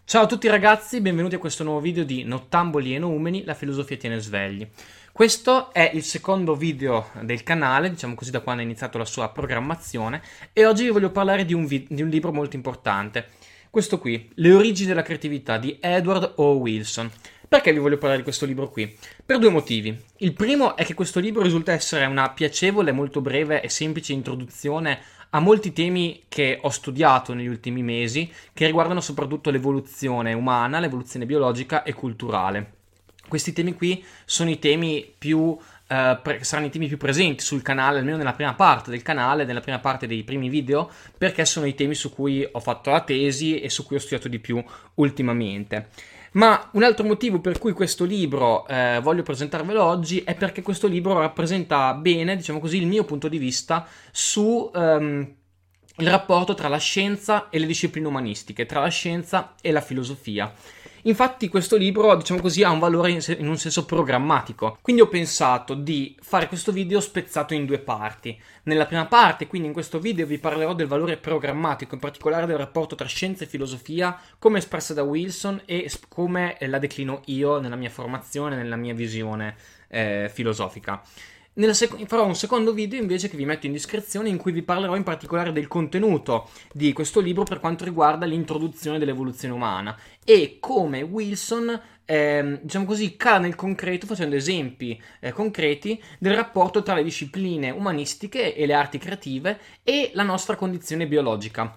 Ciao a tutti ragazzi, benvenuti a questo nuovo video di Nottamboli e Noumeni, la filosofia tiene svegli. Questo è il secondo video del canale, diciamo così, da quando è iniziato la sua programmazione, e oggi vi voglio parlare di un libro molto importante. Questo qui, Le origini della creatività di Edward O. Wilson. Perché vi voglio parlare di questo libro qui? Per due motivi. Il primo è che questo libro risulta essere una piacevole, molto breve e semplice introduzione a molti temi che ho studiato negli ultimi mesi, che riguardano soprattutto l'evoluzione umana, l'evoluzione biologica e culturale. Questi temi qui sono i temi saranno i temi più presenti sul canale, almeno nella prima parte del canale, nella prima parte dei primi video, perché sono i temi su cui ho fatto la tesi e su cui ho studiato di più ultimamente. Ma un altro motivo per cui questo libro voglio presentarvelo oggi è perché questo libro rappresenta bene, diciamo così, il mio punto di vista su il rapporto tra la scienza e le discipline umanistiche, tra la scienza e la filosofia. Infatti questo libro, diciamo così, ha un valore in un senso programmatico, quindi ho pensato di fare questo video spezzato in due parti. Nella prima parte, quindi in questo video, vi parlerò del valore programmatico, in particolare del rapporto tra scienza e filosofia, come espressa da Wilson e come la declino io nella mia formazione, nella mia visione filosofica. Farò un secondo video invece che vi metto in descrizione, in cui vi parlerò in particolare del contenuto di questo libro per quanto riguarda l'introduzione dell'evoluzione umana e come Wilson diciamo così, cala nel concreto, facendo esempi concreti del rapporto tra le discipline umanistiche e le arti creative e la nostra condizione biologica.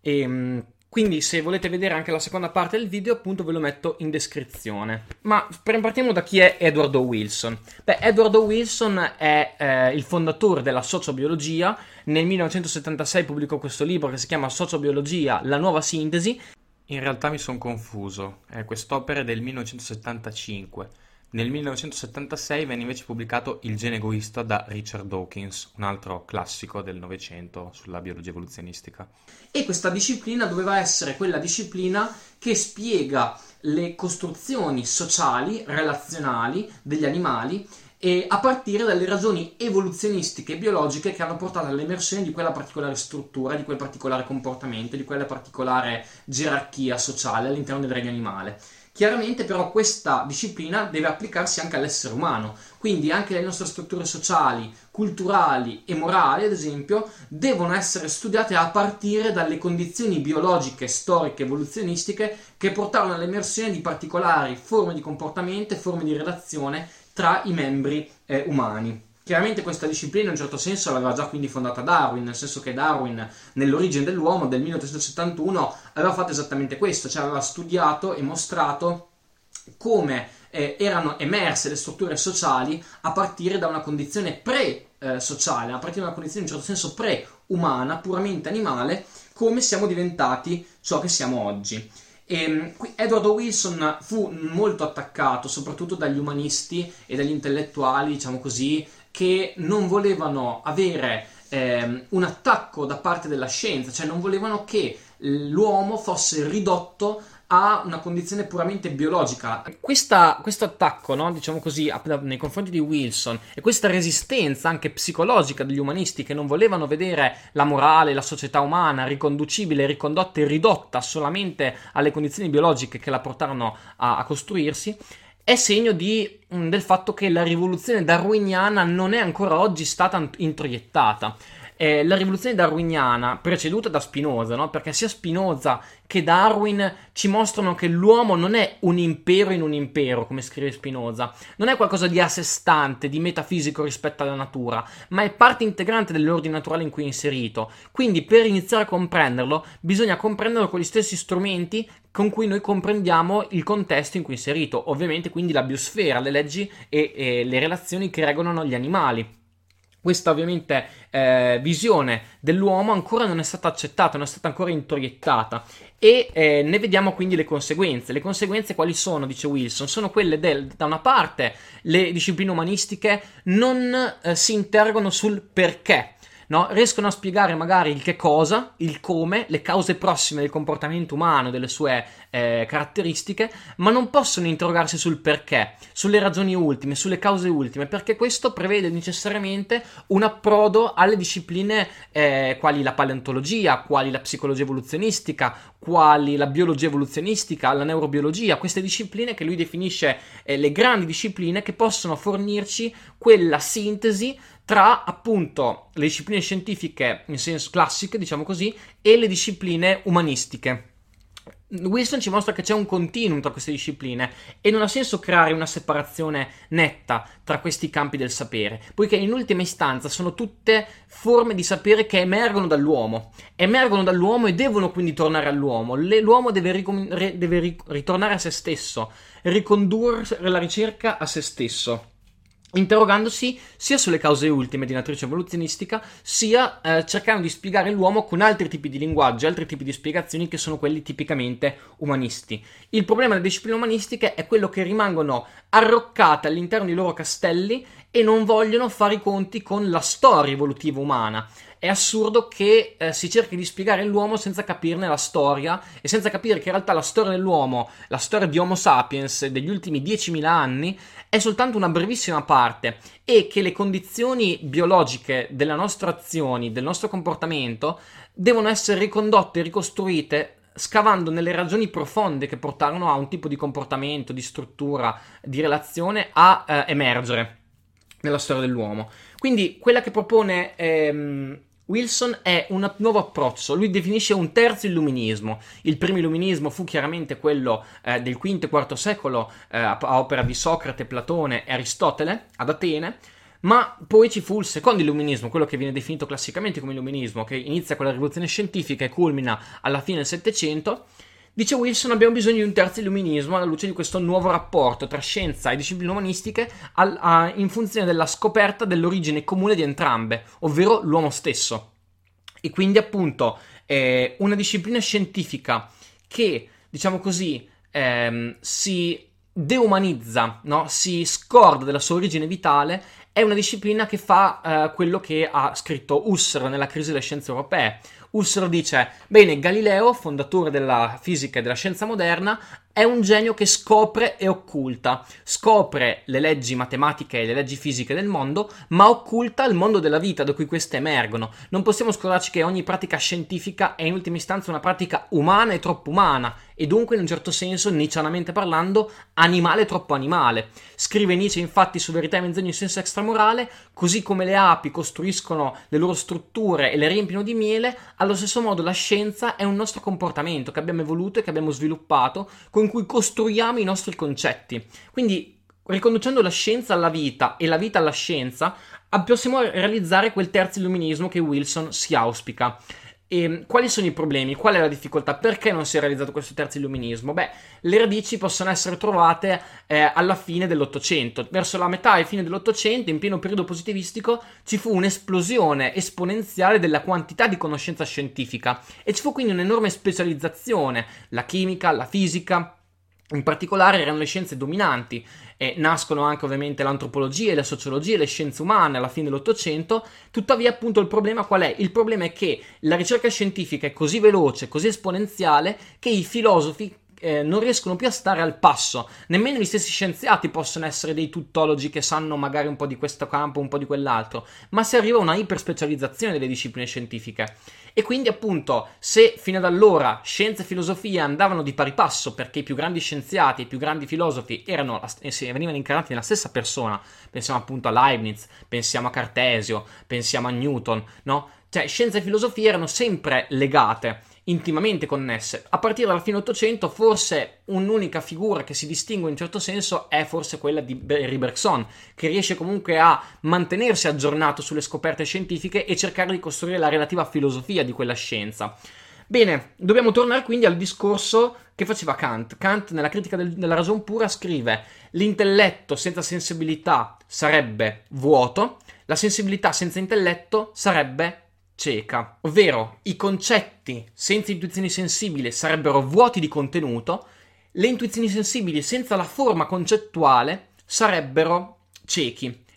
Quindi se volete vedere anche la seconda parte del video, appunto, ve lo metto in descrizione. Ma partiamo da chi è Edward O. Wilson. Edward O. Wilson è il fondatore della sociobiologia. Nel 1976 pubblicò questo libro che si chiama Sociobiologia, la nuova sintesi. In realtà mi sono confuso, quest'opera è del 1975. Nel 1976 venne invece pubblicato Il gene egoista da Richard Dawkins, un altro classico del Novecento sulla biologia evoluzionistica. E questa disciplina doveva essere quella disciplina che spiega le costruzioni sociali, relazionali degli animali, e a partire dalle ragioni evoluzionistiche e biologiche che hanno portato all'emersione di quella particolare struttura, di quel particolare comportamento, di quella particolare gerarchia sociale all'interno del regno animale. Chiaramente però questa disciplina deve applicarsi anche all'essere umano, quindi anche le nostre strutture sociali, culturali e morali, ad esempio, devono essere studiate a partire dalle condizioni biologiche, storiche, evoluzionistiche che portarono all'emersione di particolari forme di comportamento e forme di relazione tra i membri umani. Chiaramente questa disciplina in un certo senso l'aveva già quindi fondata Darwin, nel senso che Darwin nell'Origine dell'uomo del 1871 aveva fatto esattamente questo, cioè aveva studiato e mostrato come erano emerse le strutture sociali a partire da una condizione pre-sociale, a partire da una condizione in un certo senso pre-umana, puramente animale, come siamo diventati ciò che siamo oggi. Edward O. Wilson fu molto attaccato soprattutto dagli umanisti e dagli intellettuali, diciamo così, che non volevano avere un attacco da parte della scienza, cioè non volevano che l'uomo fosse ridotto a una condizione puramente biologica. Questo attacco, no, diciamo così, nei confronti di Wilson, e questa resistenza anche psicologica degli umanisti che non volevano vedere la morale, la società umana riconducibile, ricondotta e ridotta solamente alle condizioni biologiche che la portarono a costruirsi, è segno del fatto che la rivoluzione darwiniana non è ancora oggi stata introiettata. La rivoluzione darwiniana, preceduta da Spinoza, no? Perché sia Spinoza che Darwin ci mostrano che l'uomo non è un impero in un impero, come scrive Spinoza, non è qualcosa di a sé stante, di metafisico rispetto alla natura, ma è parte integrante dell'ordine naturale in cui è inserito. Quindi per iniziare a comprenderlo bisogna comprenderlo con gli stessi strumenti con cui noi comprendiamo il contesto in cui è inserito, ovviamente quindi la biosfera, le leggi e le relazioni che regolano gli animali. Questa ovviamente visione dell'uomo ancora non è stata accettata, non è stata ancora introiettata e ne vediamo quindi le conseguenze. Le conseguenze quali sono, dice Wilson? Sono quelle da una parte le discipline umanistiche non si interrogano sul perché. no? Riescono a spiegare magari il che cosa, il come, le cause prossime del comportamento umano, delle sue caratteristiche, ma non possono interrogarsi sul perché, sulle ragioni ultime, sulle cause ultime, perché questo prevede necessariamente un approdo alle discipline quali la paleontologia, quali la psicologia evoluzionistica, quali la biologia evoluzionistica, la neurobiologia, queste discipline che lui definisce le grandi discipline che possono fornirci quella sintesi tra appunto le discipline scientifiche in senso classiche, diciamo così, e le discipline umanistiche. Wilson ci mostra che c'è un continuum tra queste discipline e non ha senso creare una separazione netta tra questi campi del sapere, poiché in ultima istanza sono tutte forme di sapere che emergono dall'uomo e devono quindi tornare all'uomo. L'uomo deve ritornare a se stesso, ricondurre la ricerca a se stesso, interrogandosi sia sulle cause ultime di natura evoluzionistica, sia cercando di spiegare l'uomo con altri tipi di linguaggi, altri tipi di spiegazioni che sono quelli tipicamente umanisti. Il problema delle discipline umanistiche è quello che rimangono arroccate all'interno dei loro castelli e non vogliono fare i conti con la storia evolutiva umana. È assurdo che si cerchi di spiegare l'uomo senza capirne la storia e senza capire che in realtà la storia dell'uomo, la storia di Homo sapiens degli ultimi 10.000 anni è soltanto una brevissima parte e che le condizioni biologiche delle nostre azioni, del nostro comportamento devono essere ricondotte e ricostruite scavando nelle ragioni profonde che portarono a un tipo di comportamento, di struttura, di relazione a emergere nella storia dell'uomo. Quindi quella che propone Wilson è un nuovo approccio. Lui definisce un terzo illuminismo. Il primo illuminismo fu chiaramente quello del V e IV secolo a opera di Socrate, Platone e Aristotele ad Atene, ma poi ci fu il secondo illuminismo, quello che viene definito classicamente come illuminismo, che inizia con la rivoluzione scientifica e culmina alla fine del Settecento. Dice Wilson, abbiamo bisogno di un terzo illuminismo alla luce di questo nuovo rapporto tra scienza e discipline umanistiche in funzione della scoperta dell'origine comune di entrambe, ovvero l'uomo stesso. E quindi appunto una disciplina scientifica che, diciamo così, si deumanizza, no? Si scorda della sua origine vitale, è una disciplina che fa quello che ha scritto Husserl nella Crisi delle scienze europee. Husserl dice, bene, Galileo, fondatore della fisica e della scienza moderna, è un genio che scopre e occulta, scopre le leggi matematiche e le leggi fisiche del mondo, ma occulta il mondo della vita da cui queste emergono. Non possiamo scordarci che ogni pratica scientifica è in ultima istanza una pratica umana e troppo umana, e dunque in un certo senso, nietzscheanamente parlando, animale troppo animale. Scrive Nietzsche infatti su Verità e menzogna in senso extramorale, così come le api costruiscono le loro strutture e le riempiono di miele, allo stesso modo la scienza è un nostro comportamento che abbiamo evoluto e che abbiamo sviluppato, con cui costruiamo i nostri concetti. Quindi, riconducendo la scienza alla vita e la vita alla scienza, possiamo realizzare quel terzo illuminismo che Wilson si auspica. E quali sono i problemi? Qual è la difficoltà? Perché non si è realizzato questo terzo illuminismo? Beh, le radici possono essere trovate alla fine dell'Ottocento. Verso la metà e fine dell'Ottocento, in pieno periodo positivistico, ci fu un'esplosione esponenziale della quantità di conoscenza scientifica e ci fu quindi un'enorme specializzazione. La chimica, la fisica, in particolare erano le scienze dominanti. Nascono anche ovviamente l'antropologia, la sociologia e le scienze umane alla fine dell'Ottocento. Tuttavia appunto il problema qual è? Il problema è che la ricerca scientifica è così veloce, così esponenziale, che i filosofi non riescono più a stare al passo. Nemmeno gli stessi scienziati possono essere dei tuttologi che sanno magari un po' di questo campo, un po' di quell'altro, ma si arriva a una iperspecializzazione delle discipline scientifiche. E quindi appunto, se fino ad allora scienza e filosofia andavano di pari passo perché i più grandi scienziati, i più grandi filosofi venivano incarnati nella stessa persona, pensiamo appunto a Leibniz, pensiamo a Cartesio, pensiamo a Newton, no? Cioè scienza e filosofia erano sempre legate, intimamente connesse. A partire dalla fine Ottocento forse un'unica figura che si distingue in un certo senso è forse quella di Henri Bergson, che riesce comunque a mantenersi aggiornato sulle scoperte scientifiche e cercare di costruire la relativa filosofia di quella scienza. Bene, dobbiamo tornare quindi al discorso che faceva Kant. Kant nella critica della ragion pura scrive: l'intelletto senza sensibilità sarebbe vuoto, la sensibilità senza intelletto sarebbe cieca, ovvero i concetti senza intuizioni sensibili sarebbero vuoti di contenuto, le intuizioni sensibili senza la forma concettuale sarebbero ciechi.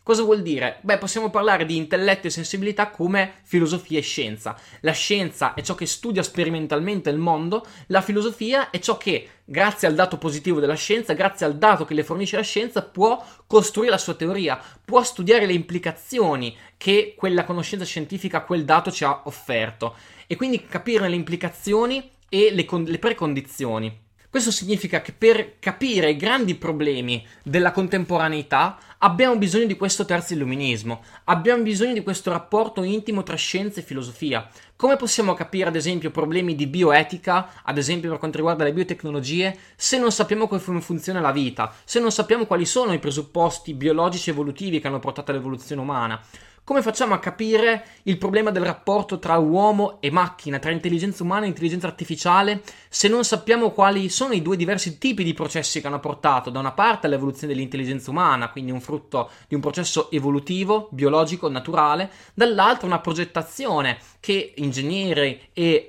Cosa vuol dire? Beh, possiamo parlare di intelletto e sensibilità come filosofia e scienza. La scienza è ciò che studia sperimentalmente il mondo, la filosofia è ciò che, grazie al dato positivo della scienza, grazie al dato che le fornisce la scienza, può costruire la sua teoria, può studiare le implicazioni che quella conoscenza scientifica, quel dato ci ha offerto e quindi capirne le implicazioni e le precondizioni. Questo significa che per capire i grandi problemi della contemporaneità abbiamo bisogno di questo terzo illuminismo, abbiamo bisogno di questo rapporto intimo tra scienza e filosofia. Come possiamo capire, ad esempio, problemi di bioetica, ad esempio per quanto riguarda le biotecnologie, se non sappiamo come funziona la vita, se non sappiamo quali sono i presupposti biologici evolutivi che hanno portato all'evoluzione umana? Come facciamo a capire il problema del rapporto tra uomo e macchina, tra intelligenza umana e intelligenza artificiale, se non sappiamo quali sono i due diversi tipi di processi che hanno portato da una parte all'evoluzione dell'intelligenza umana, quindi un frutto di un processo evolutivo, biologico, naturale, dall'altra una progettazione che ingegneri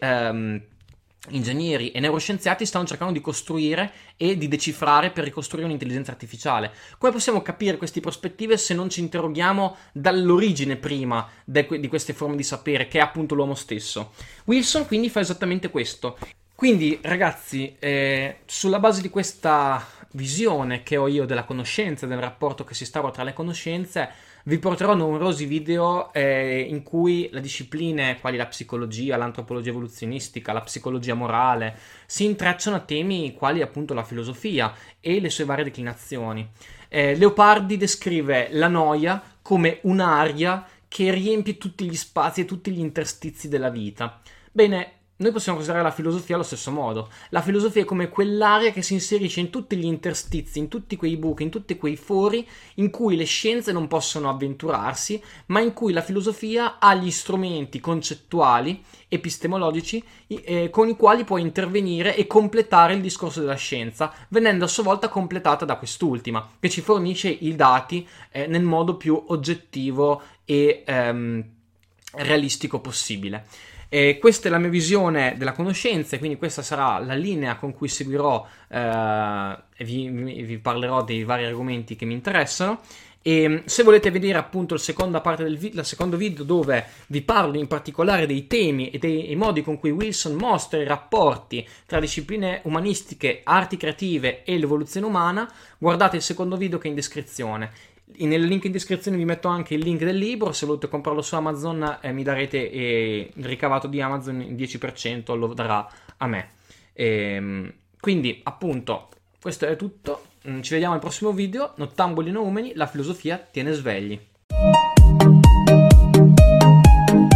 e neuroscienziati stanno cercando di costruire e di decifrare per ricostruire un'intelligenza artificiale. Come possiamo capire queste prospettive se non ci interroghiamo dall'origine prima di queste forme di sapere, che è appunto l'uomo stesso? Wilson quindi fa esattamente questo. Quindi ragazzi, sulla base di questa visione che ho io della conoscenza, del rapporto che si instaura tra le conoscenze, vi porterò numerosi video in cui le discipline quali la psicologia, l'antropologia evoluzionistica, la psicologia morale si intrecciano a temi quali appunto la filosofia e le sue varie declinazioni. Leopardi descrive la noia come un'aria che riempie tutti gli spazi e tutti gli interstizi della vita. Bene, noi possiamo considerare la filosofia allo stesso modo. La filosofia è come quell'area che si inserisce in tutti gli interstizi, in tutti quei buchi, in tutti quei fori in cui le scienze non possono avventurarsi, ma in cui la filosofia ha gli strumenti concettuali, epistemologici, con i quali può intervenire e completare il discorso della scienza, venendo a sua volta completata da quest'ultima, che ci fornisce i dati nel modo più oggettivo e realistico possibile. Questa è la mia visione della conoscenza e quindi questa sarà la linea con cui seguirò e vi parlerò dei vari argomenti che mi interessano. E se volete vedere appunto la seconda parte del secondo video, dove vi parlo in particolare dei temi e dei modi con cui Wilson mostra i rapporti tra discipline umanistiche, arti creative e l'evoluzione umana, guardate il secondo video che è in descrizione. Nel link in descrizione vi metto anche il link del libro. Se volete comprarlo su Amazon mi darete il ricavato di Amazon, il 10% lo darà a me. Quindi appunto questo è tutto, ci vediamo al prossimo video. Nottamboli noumeni, la filosofia tiene svegli.